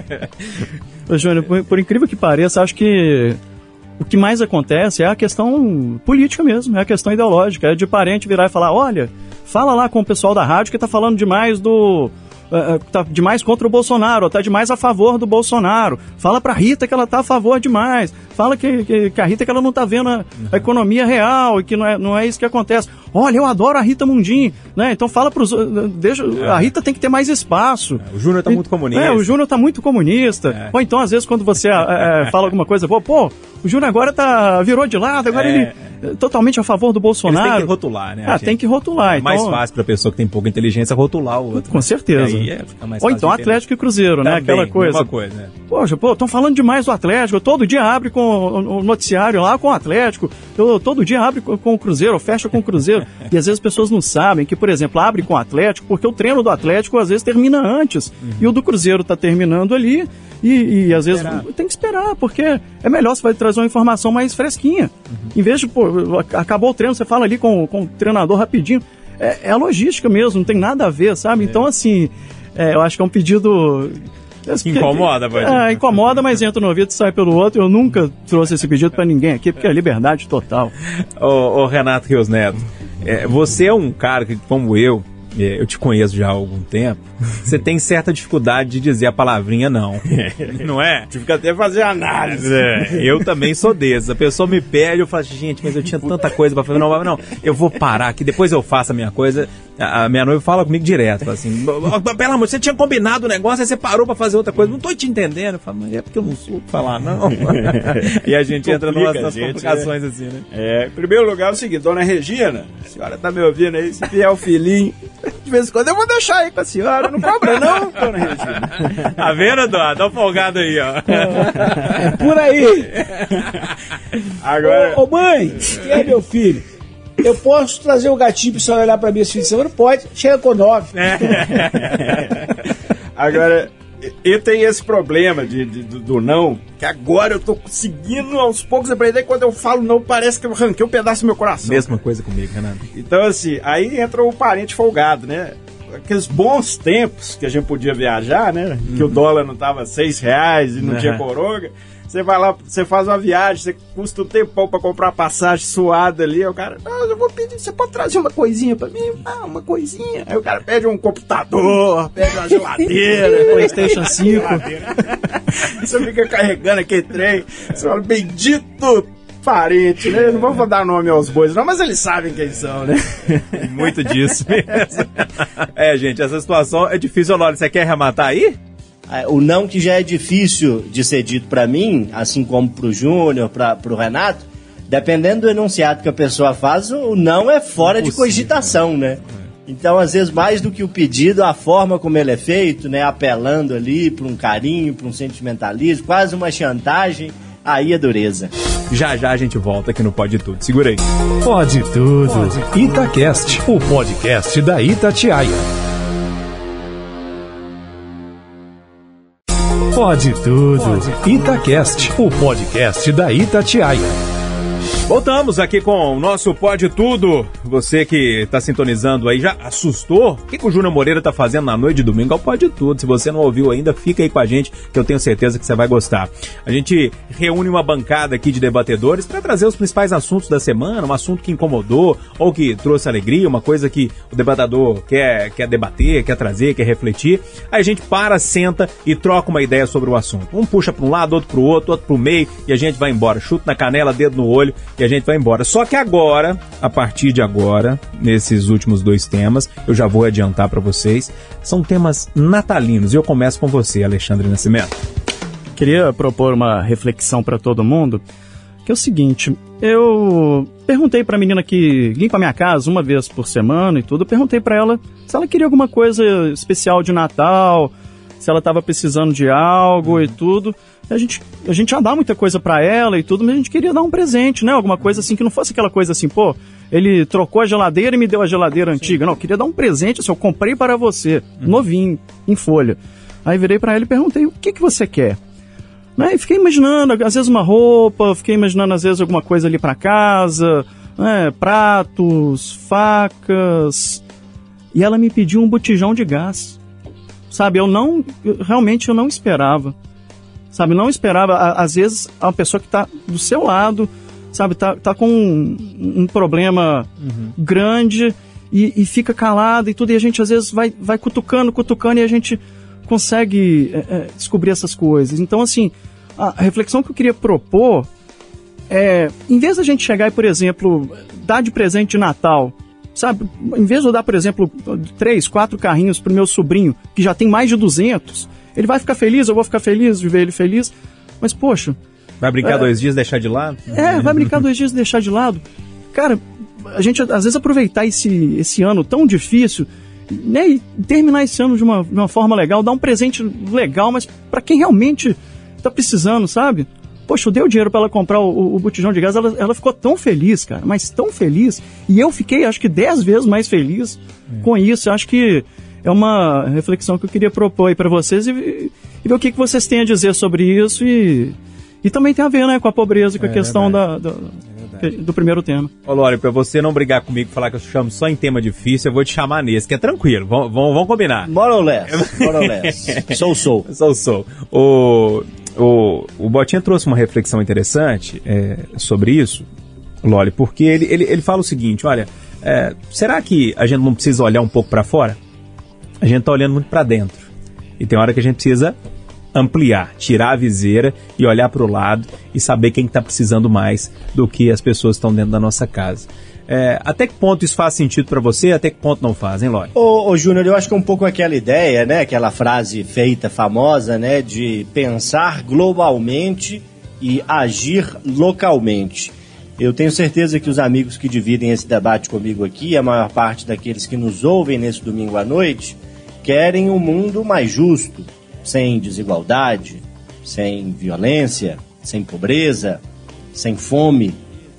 Ô, Júnior, por, por incrível que pareça, acho que o que mais acontece é a questão política mesmo, é a questão ideológica, é de parente virar e falar, olha, fala lá com o pessoal da rádio que tá falando demais do... Uh, tá demais contra o Bolsonaro, ou tá demais a favor do Bolsonaro. Fala pra Rita que ela tá a favor demais. Fala que, que, que a Rita que ela não tá vendo a, a economia real e que não é, não é isso que acontece. Olha, eu adoro a Rita Mundim, né? Então fala pros... Deixa, é. A Rita tem que ter mais espaço. É, o Júnior tá e, muito comunista. É, o Júnior tá muito comunista. É. Ou então, às vezes, quando você é, fala alguma coisa, pô, pô, o Júnior agora tá, virou de lado, agora é. ele é totalmente a favor do Bolsonaro. Eles têm que rotular, né? Ah, tem que rotular. É então... mais fácil pra pessoa que tem pouca inteligência rotular o outro. Com certeza. Aí é, fica mais Ou então Atlético e Cruzeiro, né? Também, aquela coisa. Uma coisa, né? Poxa, pô, estão falando demais do Atlético. Todo dia abre com o noticiário lá com o Atlético. Eu, todo dia abre com o Cruzeiro, fecha com o Cruzeiro. E às vezes as pessoas não sabem que, por exemplo, abre com o Atlético porque o treino do Atlético às vezes termina antes. Uhum. E o do Cruzeiro tá terminando ali. E, e às vezes esperar. Tem que esperar, porque é melhor, você vai trazer uma informação mais fresquinha. Uhum. Em vez de, pô, acabou o treino, você fala ali com, com o treinador rapidinho. É, é a logística mesmo, não tem nada a ver, sabe? É. Então, assim, é, eu acho que é um pedido... Incomoda, pode. É, incomoda, mas entra no ouvido e sai pelo outro. Eu nunca trouxe esse pedido pra ninguém aqui, porque é liberdade total. Ô, ô Renato Rios Neto, é, você é um cara que, como eu, eu te conheço já há algum tempo, você tem certa dificuldade de dizer a palavrinha não. Não é? Tive que até fazer análise. É, eu também sou desses. A pessoa me pede, eu falo, gente, mas eu tinha tanta coisa pra fazer. Não, não, eu vou parar aqui, depois eu faço a minha coisa. A minha noiva fala comigo direto, fala assim, pelo amor, você tinha combinado o negócio, aí você parou pra fazer outra coisa, não tô te entendendo. Eu falo, mas é porque eu não sou falar, não. E a gente entra numas, nas gente, complicações, né? Assim, né? É, em primeiro lugar é o seguinte, dona Regina, a senhora tá me ouvindo aí, se vier o filhinho, de vez em quando eu vou deixar aí com a senhora, não cobra não, dona Regina. Tá vendo, Eduardo? Tá um folgado aí, ó. É por aí. Agora... Ô, ô mãe, quem é meu filho? Eu posso trazer o gatinho pra senhora olhar pra mim esse fim de semana? Pode, chega com nove. Agora, e tem esse problema de, de, do, do não, que agora eu tô conseguindo aos poucos aprender. Quando eu falo não, parece que eu arranquei um pedaço do meu coração. Mesma coisa comigo, Renato. Então, assim, aí entra o parente folgado, né? Aqueles bons tempos que a gente podia viajar, né? Uhum. Que o dólar não tava seis reais e não uhum. tinha coronga. Você vai lá, você faz uma viagem, você custa um tempão pra comprar passagem suada ali. Aí o cara, ah, eu vou pedir, você pode trazer uma coisinha pra mim? Ah, uma coisinha. Aí o cara pede um computador, pede uma geladeira, PlayStation cinco. Você fica carregando aquele trem. Você fala, bendito parente, né? Não vou dar nome aos bois, não, mas eles sabem quem são, né? Muito disso mesmo. É, gente, essa situação é difícil. Olha, você quer arrematar aí? O não que já é difícil de ser dito pra mim, assim como pro Júnior, pra, pro Renato, dependendo do enunciado que a pessoa faz, o não é fora Impossível. de cogitação, né? Então, às vezes, mais do que o pedido, a forma como ele é feito, né? Apelando ali pra um carinho, pra um sentimentalismo, quase uma chantagem, aí é dureza. Já já a gente volta aqui no Pode Tudo. Segura aí. Pode Tudo. Itacast, o podcast da Itatiaia. Pode tudo. Itacast, o podcast da Itatiaia. Voltamos aqui com o nosso Pode Tudo. Você que está sintonizando aí, já assustou? O que, que o Júnior Moreira está fazendo na noite de domingo? É o Pode Tudo. Se você não ouviu ainda, fica aí com a gente, que eu tenho certeza que você vai gostar. A gente reúne uma bancada aqui de debatedores para trazer os principais assuntos da semana, um assunto que incomodou ou que trouxe alegria, uma coisa que o debatedor quer, quer debater, quer trazer, quer refletir. Aí a gente para, senta e troca uma ideia sobre o assunto. Um puxa para um lado, outro para o outro, outro para o meio e a gente vai embora. Chute na canela, dedo no olho e a gente vai embora. Só que agora, a partir de agora, nesses últimos dois temas, eu já vou adiantar para vocês, são temas natalinos. E eu começo com você, Alexandre Nascimento. Queria propor uma reflexão para todo mundo, que é o seguinte, eu perguntei para a menina que limpa a minha casa uma vez por semana e tudo, eu perguntei para ela se ela queria alguma coisa especial de Natal, se ela estava precisando de algo uhum. e tudo. A gente, a gente já dá muita coisa pra ela e tudo, mas a gente queria dar um presente, né? Alguma coisa assim, que não fosse aquela coisa assim, pô, ele trocou a geladeira e me deu a geladeira antiga. Não, eu queria dar um presente, assim, eu comprei para você, uhum. novinho, em folha. Aí virei pra ela e perguntei, o que que você quer? Né? E fiquei imaginando, às vezes uma roupa, fiquei imaginando às vezes alguma coisa ali pra casa, né? Pratos, facas. E ela me pediu um botijão de gás. Sabe, eu não, eu, realmente eu não esperava. Sabe, não esperava, às vezes, a pessoa que está do seu lado, sabe, tá, tá com um, um problema uhum. grande e, e fica calada e tudo, e a gente às vezes vai, vai cutucando, cutucando e a gente consegue é, é, descobrir essas coisas. Então, assim, a, a reflexão que eu queria propor é, em vez da gente chegar e, por exemplo, dar de presente de Natal, sabe, em vez de eu dar, por exemplo, três, quatro carrinhos pro meu sobrinho, que já tem mais de duzentos, ele vai ficar feliz, eu vou ficar feliz de ver ele feliz, mas poxa... Vai brincar é, dois dias e deixar de lado? É, vai brincar dois dias e deixar de lado. Cara, a gente às vezes aproveitar esse, esse ano tão difícil, né, e terminar esse ano de uma, de uma forma legal, dar um presente legal, mas para quem realmente tá precisando, sabe? Poxa, eu dei o dinheiro para ela comprar o, o, o botijão de gás, ela, ela ficou tão feliz, cara, mas tão feliz, e eu fiquei, acho que dez vezes mais feliz é. com isso. Eu acho que é uma reflexão que eu queria propor aí para vocês e, e ver o que, que vocês têm a dizer sobre isso e, e também tem a ver, né, com a pobreza, com a é questão da, da, é do primeiro tema. Ô Lore, para você não brigar comigo e falar que eu chamo só em tema difícil, eu vou te chamar nesse, que é tranquilo, vamos, vamos, vamos combinar. More or less, more or less. Sou, sou. Sou, sou. O, o, o Botinha trouxe uma reflexão interessante é, sobre isso, Lore, porque ele, ele, ele fala o seguinte, olha, é, será que a gente não precisa olhar um pouco para fora? A gente está olhando muito para dentro. E tem hora que a gente precisa ampliar, tirar a viseira e olhar para o lado e saber quem está precisando mais do que as pessoas que estão dentro da nossa casa. É, até que ponto isso faz sentido para você, até que ponto não faz, hein, Lói? Ô, ô Júnior, eu acho que é um pouco aquela ideia, né, aquela frase feita, famosa, né, de pensar globalmente e agir localmente. Eu tenho certeza que os amigos que dividem esse debate comigo aqui, a maior parte daqueles que nos ouvem nesse domingo à noite, querem um mundo mais justo, sem desigualdade, sem violência, sem pobreza, sem fome.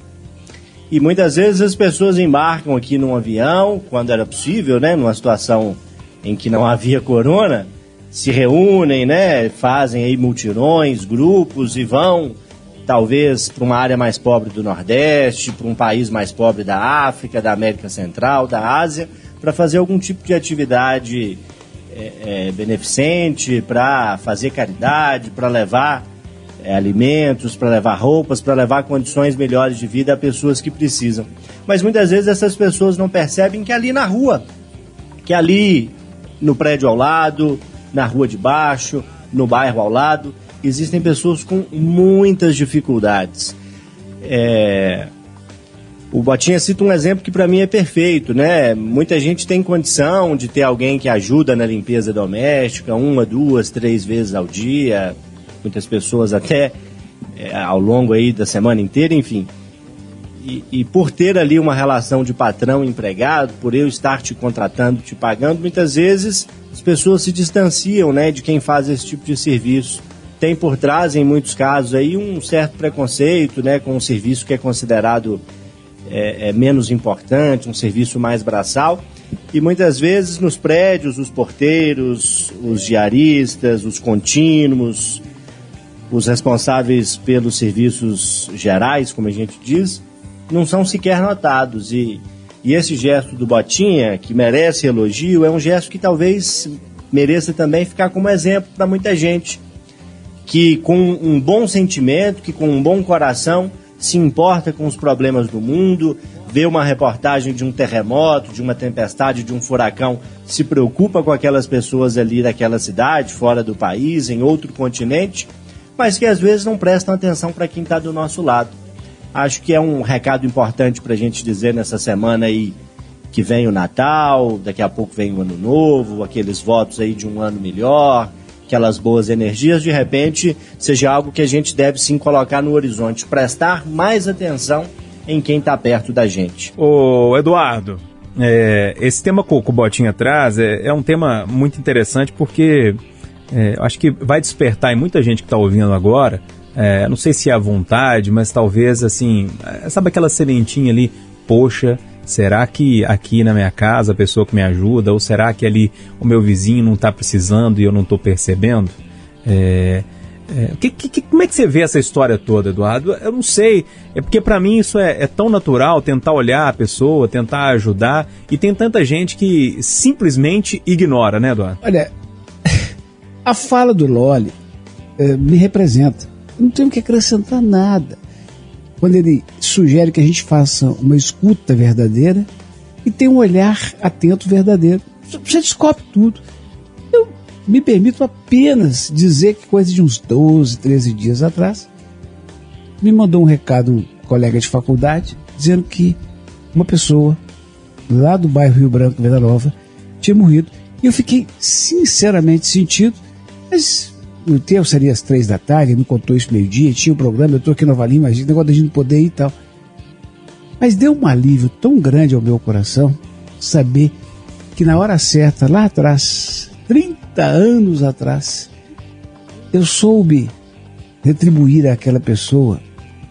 E muitas vezes as pessoas embarcam aqui num avião, quando era possível, né, numa situação em que não havia corona, se reúnem, né, fazem aí multirões, grupos e vão talvez para uma área mais pobre do Nordeste, para um país mais pobre da África, da América Central, da Ásia, para fazer algum tipo de atividade é, é, beneficente, para fazer caridade, para levar é, alimentos, para levar roupas, para levar condições melhores de vida a pessoas que precisam. Mas muitas vezes essas pessoas não percebem que ali na rua, que ali no prédio ao lado, na rua de baixo, no bairro ao lado, existem pessoas com muitas dificuldades. É... O Botinha cita um exemplo que para mim é perfeito, né? Muita gente tem condição de ter alguém que ajuda na limpeza doméstica, uma, duas, três vezes ao dia, muitas pessoas até é, ao longo aí da semana inteira, enfim. E, e por ter ali uma relação de patrão e empregado, por eu estar te contratando, te pagando, muitas vezes as pessoas se distanciam, né, de quem faz esse tipo de serviço. Tem por trás, em muitos casos, aí um certo preconceito, né, com um serviço que é considerado é, é, menos importante, um serviço mais braçal. E muitas vezes nos prédios, os porteiros, os diaristas, os contínuos, os responsáveis pelos serviços gerais, como a gente diz, não são sequer notados. E, e esse gesto do Botinha, que merece elogio, é um gesto que talvez mereça também ficar como exemplo para muita gente, que com um bom sentimento, que com um bom coração, se importa com os problemas do mundo, vê uma reportagem de um terremoto, de uma tempestade, de um furacão, se preocupa com aquelas pessoas ali daquela cidade, fora do país, em outro continente, mas que às vezes não prestam atenção para quem está do nosso lado. Acho que é um recado importante para a gente dizer nessa semana aí que vem o Natal, daqui a pouco vem o Ano Novo, aqueles votos aí de um ano melhor, aquelas boas energias, de repente seja algo que a gente deve sim colocar no horizonte, prestar mais atenção em quem está perto da gente. Ô Eduardo, é, esse tema que o Botinha traz é, é um tema muito interessante porque é, acho que vai despertar em muita gente que está ouvindo agora, é, não sei se é a vontade, mas talvez assim, sabe aquela sementinha ali, poxa, será que aqui na minha casa a pessoa que me ajuda, ou será que ali o meu vizinho não está precisando e eu não estou percebendo? É, é, que, que, como é que você vê essa história toda, Eduardo? Eu não sei, é porque para mim isso é, é tão natural, tentar olhar a pessoa, tentar ajudar, e tem tanta gente que simplesmente ignora, né, Eduardo? Olha, a fala do Loli é, me representa, eu não tenho que acrescentar nada. Quando ele sugere que a gente faça uma escuta verdadeira e tenha um olhar atento verdadeiro. Você descobre tudo. Eu me permito apenas dizer que coisa de uns doze, treze dias atrás, me mandou um recado um colega de faculdade, dizendo que uma pessoa lá do bairro Rio Branco, Vila Nova, tinha morrido. E eu fiquei sinceramente sentido, mas no tempo seria às três da tarde, ele me contou isso meio-dia, tinha o um programa, eu estou aqui no Valinho, mas o negócio da gente não poder ir e tal. Mas deu um alívio tão grande ao meu coração saber que na hora certa, lá atrás, trinta anos atrás, eu soube retribuir àquela pessoa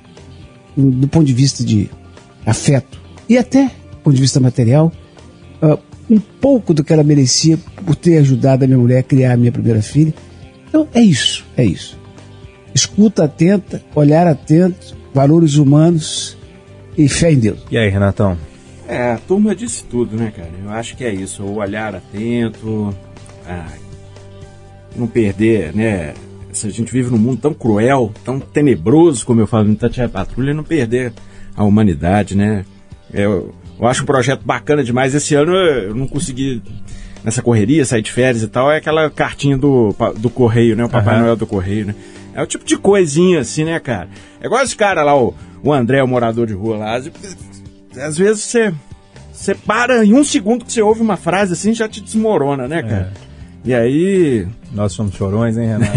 do ponto de vista de afeto e até do ponto de vista material, uh, um pouco do que ela merecia por ter ajudado a minha mulher a criar a minha primeira filha. Então é isso, é isso. Escuta atenta, olhar atento, valores humanos e fé em Deus. E aí, Renatão? É, a turma disse tudo, né, cara? Eu acho que é isso, o olhar atento, ah, não perder, né? Se a gente vive num mundo tão cruel, tão tenebroso, como eu falo no Tatiana Patrulha, não perder a humanidade, né? Eu, eu acho um projeto bacana demais. Esse ano eu não consegui, nessa correria, sair de férias e tal, é aquela cartinha do, do Correio, né? O Papai uhum. Noel do Correio, né? É o tipo de coisinha assim, né, cara? É igual esse cara lá, o, o André, o morador de rua lá. Às vezes você, você para em um segundo que você ouve uma frase assim, já te desmorona, né, cara? É. E aí... Nós somos chorões, hein, Renato?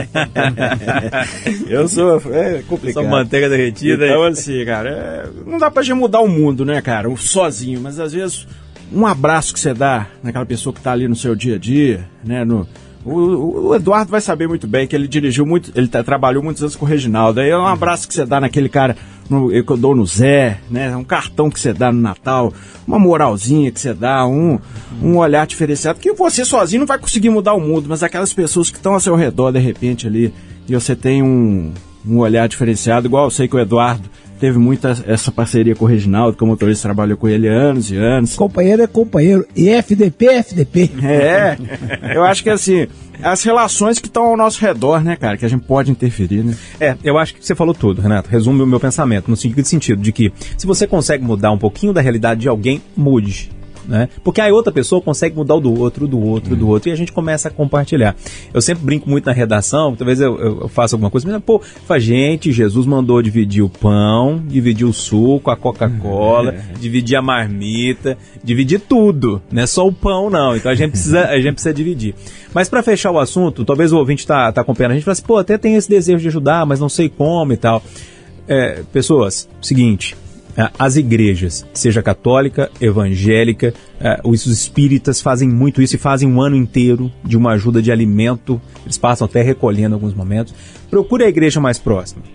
Eu sou... É complicado. Sou manteiga derretida. Então, assim, cara, é, não dá pra gente mudar o mundo, né, cara? Sozinho, mas às vezes um abraço que você dá naquela pessoa que tá ali no seu dia a dia, né, no... O, o Eduardo vai saber muito bem que ele dirigiu muito, ele tá, trabalhou muitos anos com o Reginaldo. Aí é um abraço que você dá naquele cara, no, eu dou no Zé, né? Um cartão que você dá no Natal, uma moralzinha que você dá, um, um olhar diferenciado. Que você sozinho não vai conseguir mudar o mundo, mas aquelas pessoas que estão ao seu redor de repente ali, e você tem um, um olhar diferenciado, igual eu sei que o Eduardo teve muita essa parceria com o Reginaldo, que o motorista trabalhou com ele anos e anos. Companheiro é companheiro, e F D P é F D P. É, eu acho que assim, as relações que estão ao nosso redor, né, cara, que a gente pode interferir, né? É, eu acho que você falou tudo, Renato, resume o meu pensamento, no seguinte sentido, de que se você consegue mudar um pouquinho da realidade de alguém, mude. Né? Porque aí outra pessoa consegue mudar o do outro, do outro, hum. do outro, e a gente começa a compartilhar. Eu sempre brinco muito na redação, talvez eu, eu faça alguma coisa, mas, pô, fala, gente, Jesus mandou dividir o pão, dividir o suco, a Coca-Cola, é. dividir a marmita, dividir tudo, não é só o pão, não. Então a gente precisa, a gente precisa dividir. Mas para fechar o assunto, talvez o ouvinte tá, tá acompanhando a gente e fala assim, pô, até tem esse desejo de ajudar, mas não sei como e tal. É, pessoas, seguinte... As igrejas, seja católica, evangélica, os espíritas fazem muito isso e fazem um ano inteiro de uma ajuda de alimento. Eles passam até recolhendo em alguns momentos. Procure a igreja mais próxima.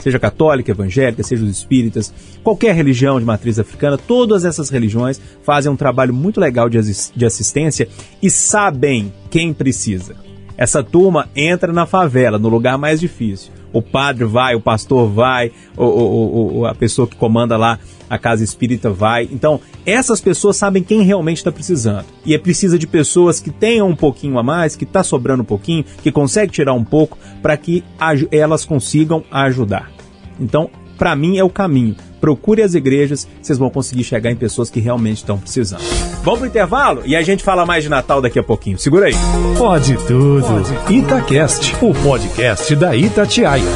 seja católica, evangélica, seja os espíritas, qualquer religião de matriz africana, todas essas religiões fazem um trabalho muito legal de, de assistência e sabem quem precisa. Essa turma entra na favela, no lugar mais difícil. O padre vai, o pastor vai, o, o, o, a pessoa que comanda lá a casa espírita vai. Então, essas pessoas sabem quem realmente está precisando. E é precisa de pessoas que tenham um pouquinho a mais, que está sobrando um pouquinho, que consegue tirar um pouco, para que elas consigam ajudar. Então, para mim, é o caminho. Procure as igrejas, vocês vão conseguir chegar em pessoas que realmente estão precisando. Vamos pro intervalo e a gente fala mais de Natal daqui a pouquinho. Segura aí. Pode tudo. Itacast, o podcast da Itatiaia.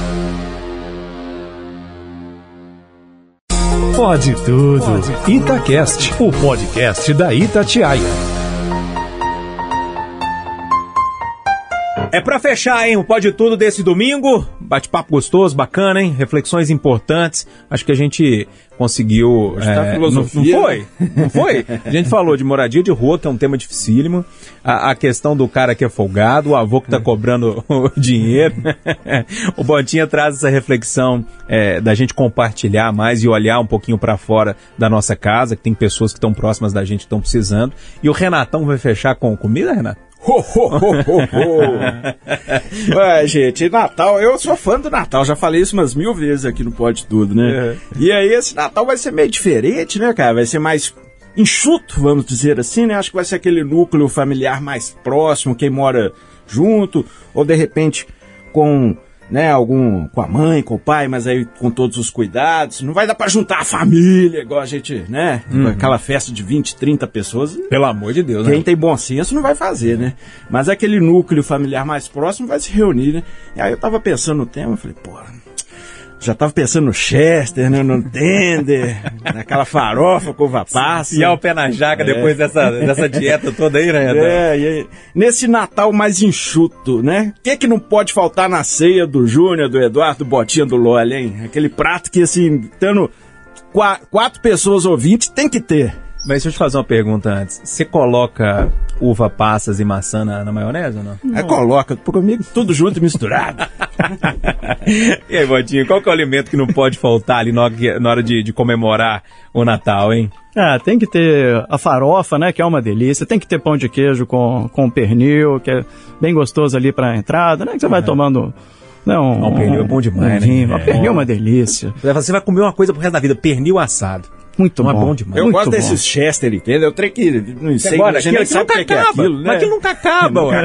Pode tudo. Itacast, o podcast da Itatiaia. É pra fechar, hein? O Pode Tudo desse domingo. Bate-papo gostoso, bacana, hein? Reflexões importantes. Acho que a gente conseguiu... Hoje tá é, filosofia. Não, não foi? Não foi? A gente falou de moradia de rua, que é um tema dificílimo. A, a questão do cara que é folgado, o avô que tá cobrando o dinheiro. O Botinha traz essa reflexão é, da gente compartilhar mais e olhar um pouquinho pra fora da nossa casa, que tem pessoas que estão próximas da gente que estão precisando. E o Renatão vai fechar com comida, Renato? Ho, ho, ho, ho, ho. Ué, gente, Natal, eu sou fã do Natal, já falei isso umas mil vezes aqui no Pode Tudo, né? Uhum. E aí esse Natal vai ser meio diferente, né, cara? Vai ser mais enxuto, vamos dizer assim, né? Acho que vai ser aquele núcleo familiar mais próximo, quem mora junto, ou de repente com... né, algum com a mãe, com o pai, mas aí com todos os cuidados. Não vai dar pra juntar a família, igual a gente, né? Uhum. Aquela festa de vinte, trinta pessoas. Pelo amor de Deus, quem né? tem bom senso não vai fazer, né? Mas aquele núcleo familiar mais próximo vai se reunir, né? E aí eu tava pensando no tema, eu falei, porra, já tava pensando no Chester, né, no Tender, naquela farofa com uva passa. E ao pé na jaca é. depois dessa, dessa dieta toda aí, né? É, e aí, nesse Natal mais enxuto, né? O que que não pode faltar na ceia do Júnior, do Eduardo, do Botinha, do Loli, hein? Aquele prato que, assim, tendo qu- quatro pessoas ouvintes, tem que ter. Mas deixa eu te fazer uma pergunta antes. Você coloca uva passas e maçã na, na maionese ou não? não. É, coloca, comigo tudo junto e misturado. E aí, Botinho, qual que é o alimento que não pode faltar ali na hora, na hora de, de comemorar o Natal, hein? Ah, tem que ter a farofa, né, que é uma delícia. Tem que ter pão de queijo com, com pernil, que é bem gostoso ali pra entrada, né? Que você vai uhum. tomando... Não, um, um pernil é bom demais, um, né? Um pernil é uma delícia. Você vai comer uma coisa pro resto da vida, pernil assado. Muito Não bom. É bom demais. Eu Muito gosto bom. desses Chester, entendeu? Eu tenho que... Não sei, Agora, a gente nem sabe o que, que é aquilo, né? Mas aquilo nunca acaba, ué.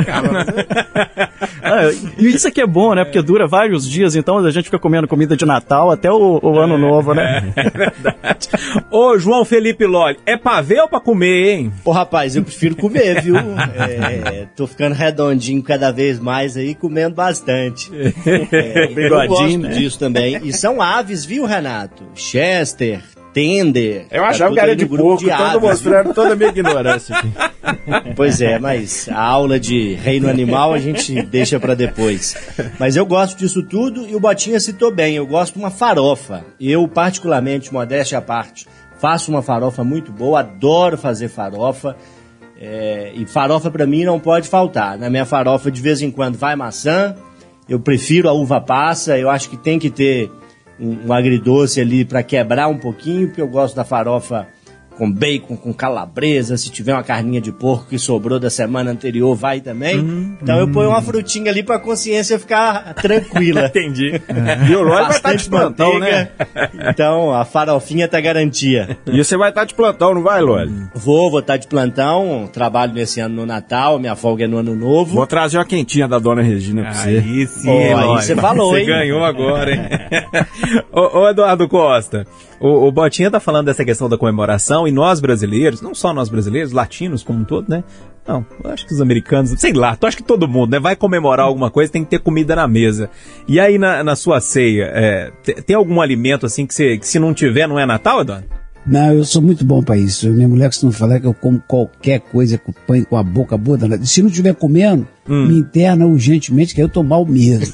Ah, e isso aqui é bom, né? Porque dura vários dias, então a gente fica comendo comida de Natal até o, o ano novo, né? É, é verdade. Ô, João Felipe Loli, é pra ver ou pra comer, hein? Ô, rapaz, eu prefiro comer, viu? É, tô ficando redondinho cada vez mais aí, comendo bastante. É, eu gosto né? disso também. E são aves, viu, Renato? Chester, Tender. Eu achava que era de porco, de então tô mostrando toda a minha ignorância aqui. Pois é, mas a aula de reino animal a gente deixa pra depois. Mas eu gosto disso tudo e o Botinha citou bem, eu gosto de uma farofa. Eu, particularmente, modéstia à parte, faço uma farofa muito boa, adoro fazer farofa. É, e farofa pra mim não pode faltar. Na minha farofa, de vez em quando, vai maçã. Eu prefiro a uva passa, eu acho que tem que ter um, um agridoce ali para quebrar um pouquinho, porque eu gosto da farofa com bacon, com calabresa, se tiver uma carninha de porco que sobrou da semana anterior, vai também. Hum, então hum. eu ponho uma frutinha ali pra consciência ficar tranquila. Entendi. É. E o Roy vai estar de plantão, manteiga, né? Então a farofinha tá garantia. E você vai estar de plantão, não vai, Loli? Vou, vou estar de plantão, trabalho nesse ano no Natal, minha folga é no Ano Novo. Vou trazer uma quentinha da Dona Regina pra você. Aí sim, oh, aí você falou, você hein? Você ganhou agora, hein? ô, ô, Eduardo Costa, o, o Botinha tá falando dessa questão da comemoração e nós brasileiros, não só nós brasileiros, latinos como um todo, né? Não, eu acho que os americanos, sei lá, tu acha que todo mundo, né? Vai comemorar alguma coisa, tem que ter comida na mesa. E aí, na, na sua ceia, é, tem algum alimento assim que, você, que se não tiver, não é Natal, Eduardo? Não, eu sou muito bom pra isso. Minha mulher costuma falar que eu como qualquer coisa com pão com a boca boa. Se não estiver comendo, hum. me interna urgentemente, que aí eu tô mal mesmo.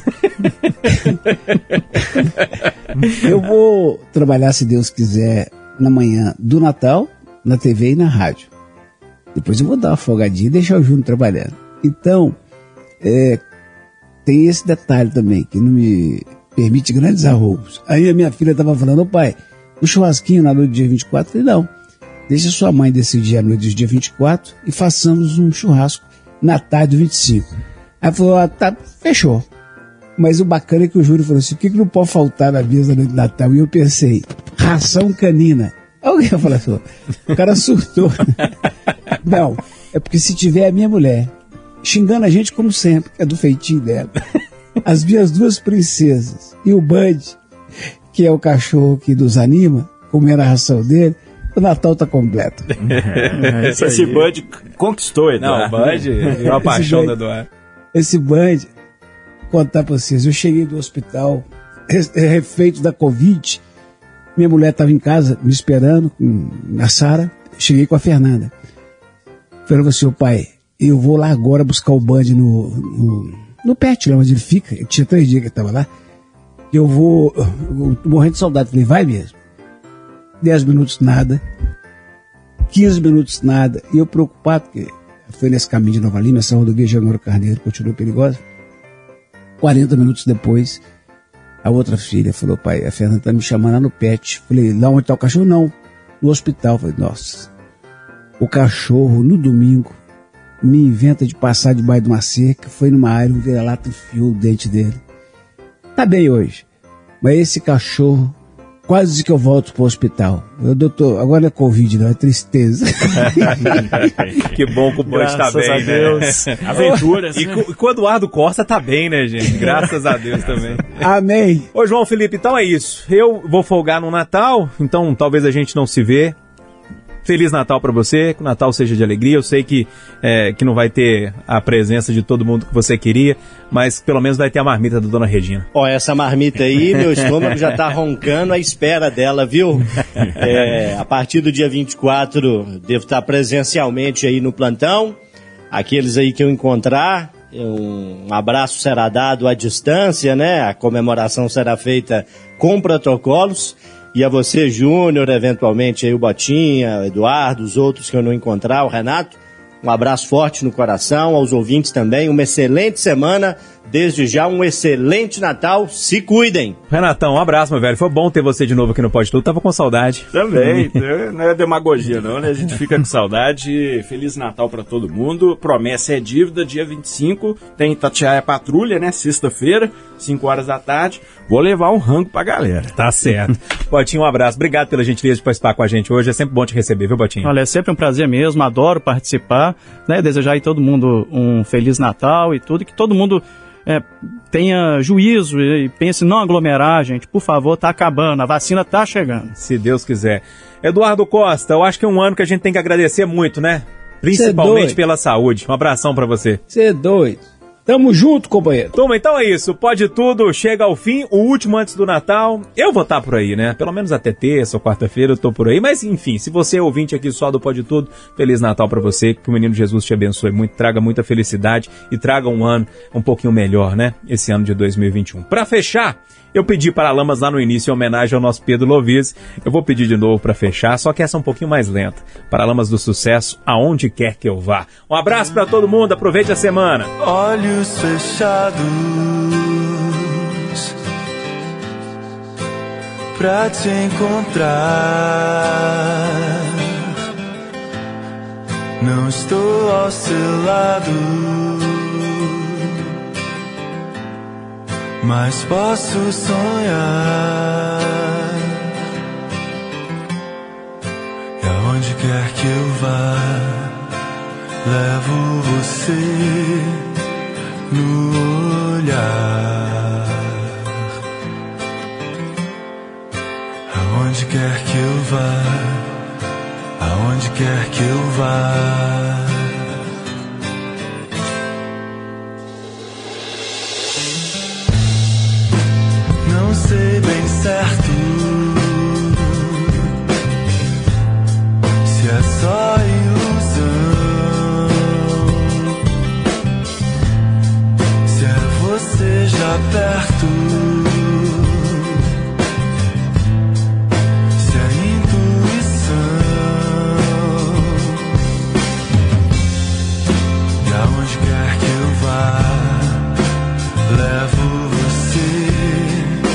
Eu vou trabalhar, se Deus quiser, na manhã do Natal, na T V e na rádio. Depois eu vou dar uma folgadinha e deixar o Júnior trabalhando. Então, é, tem esse detalhe também, que não me... permite grandes arroubos. Aí a minha filha estava falando, ô pai, o churrasquinho na noite do dia vinte e quatro? Eu falei, não, deixa sua mãe decidir a noite do dia vinte e quatro e façamos um churrasco na tarde do vinte e cinco. Aí falou, ah, tá, fechou. Mas o bacana é que o Júlio falou assim, o que, que não pode faltar na mesa de Natal? E eu pensei, ração canina. Alguém falou assim, o cara surtou. Não, é porque se tiver a minha mulher xingando a gente como sempre, é do feitinho dela, as minhas duas princesas e o Bud, que é o cachorro que nos anima, comendo a ração dele, o Natal tá completo. É, esse esse Bud conquistou, Eduardo. Não, o Bud é a paixão do Eduardo. Esse Bud, contar pra vocês, eu cheguei do hospital, refeito da Covid, minha mulher estava em casa me esperando, na Sara, cheguei com a Fernanda. Falei assim, ô pai, eu vou lá agora buscar o Bud no, no, no pet, lá onde ele fica, ele tinha três dias que ele estava lá, eu vou, eu tô morrendo de saudade. Falei, vai mesmo. Dez minutos nada, quinze minutos nada, e eu preocupado, porque foi nesse caminho de Nova Lima, essa rodovia Januário Carneiro continua perigosa. quarenta minutos depois, a outra filha falou, pai, a Fernanda tá me chamando lá no pet. Falei, lá onde tá o cachorro? Não, no hospital. Falei, nossa, o cachorro no domingo me inventa de passar debaixo de uma cerca, foi numa área, um vira-lata enfiou o dente dele. Tá bem hoje, mas esse cachorro, quase que eu volto pro hospital. Eu, doutor, agora não é Covid, não, é tristeza. Que bom que o Bud tá bem, a Deus. Né? Aventuras, E, né? e com o Eduardo Costa tá bem, né, gente? Graças a Deus também. Amém. Ô, João Felipe, então é isso. Eu vou folgar no Natal, então talvez a gente não se vê. Feliz Natal pra você, que o Natal seja de alegria. Eu sei que, é, que não vai ter a presença de todo mundo que você queria, mas pelo menos vai ter a marmita da Dona Regina. Ó, essa marmita aí, meu estômago já tá roncando à espera dela, viu? É, a partir do dia vinte e quatro, devo estar presencialmente aí no plantão. Aqueles aí que eu encontrar, um abraço será dado à distância, né? A comemoração será feita com protocolos. E a você, Júnior, eventualmente aí o Botinha, o Eduardo, os outros que eu não encontrar, o Renato, um abraço forte no coração, aos ouvintes também, uma excelente semana, desde já um excelente Natal, se cuidem. Renatão, um abraço, meu velho, foi bom ter você de novo aqui no Pode Tudo, tava com saudade. Também, não é demagogia não, né? A gente fica com saudade. Feliz Natal pra todo mundo. Promessa é dívida, dia vinte e cinco, tem Itatiaia Patrulha, né? Sexta-feira, cinco horas da tarde. Vou levar um rango pra galera. Tá certo. Botinho, um abraço. Obrigado pela gentileza de participar com a gente hoje. É sempre bom te receber, viu, Botinho? Olha, é sempre um prazer mesmo, adoro participar, né? Desejar aí todo mundo um Feliz Natal e tudo, e que todo mundo é, tenha juízo e pense em não aglomerar, gente. Por favor, tá acabando, a vacina tá chegando. Se Deus quiser. Eduardo Costa, eu acho que é um ano que a gente tem que agradecer muito, né? Principalmente pela saúde. Um abração pra você. Você é doido. Tamo junto, companheiro. Turma, então é isso. Pode Tudo chega ao fim, o último antes do Natal. Eu vou estar por aí, né? Pelo menos até terça ou quarta-feira eu tô por aí. Mas enfim, se você é ouvinte aqui só do Pode Tudo, Feliz Natal pra você. Que o Menino Jesus te abençoe muito, traga muita felicidade e traga um ano um pouquinho melhor, né? Esse ano de dois mil e vinte e um. Pra fechar, eu pedi Paralamas lá no início em homenagem ao nosso Pedro Lovis. Eu vou pedir de novo pra fechar, só que essa é um pouquinho mais lenta. Paralamas do Sucesso, aonde quer que eu vá. Um abraço pra todo mundo, aproveite a semana. Olhos fechados pra te encontrar. Não estou ao seu lado, mas posso sonhar. E aonde quer que eu vá, levo você no olhar. Aonde quer que eu vá, aonde quer que eu vá. Não sei bem certo se é só ilusão, se é você já perto, se é intuição. E aonde quer que eu vá, levo você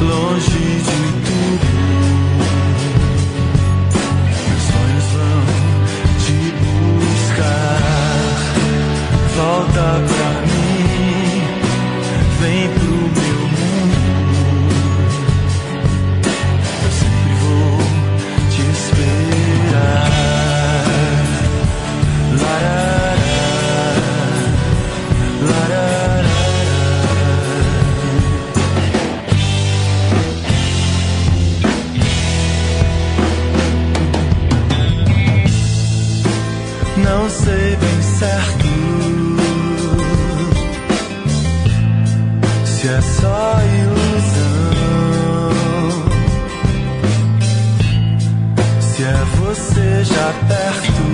longe de tudo. Meus sonhos vão te buscar. Volta pra mim, vem pro meu mundo. Eu sempre vou te esperar. Larará, larará. Não sei bem certo se é só ilusão, se é você já perto.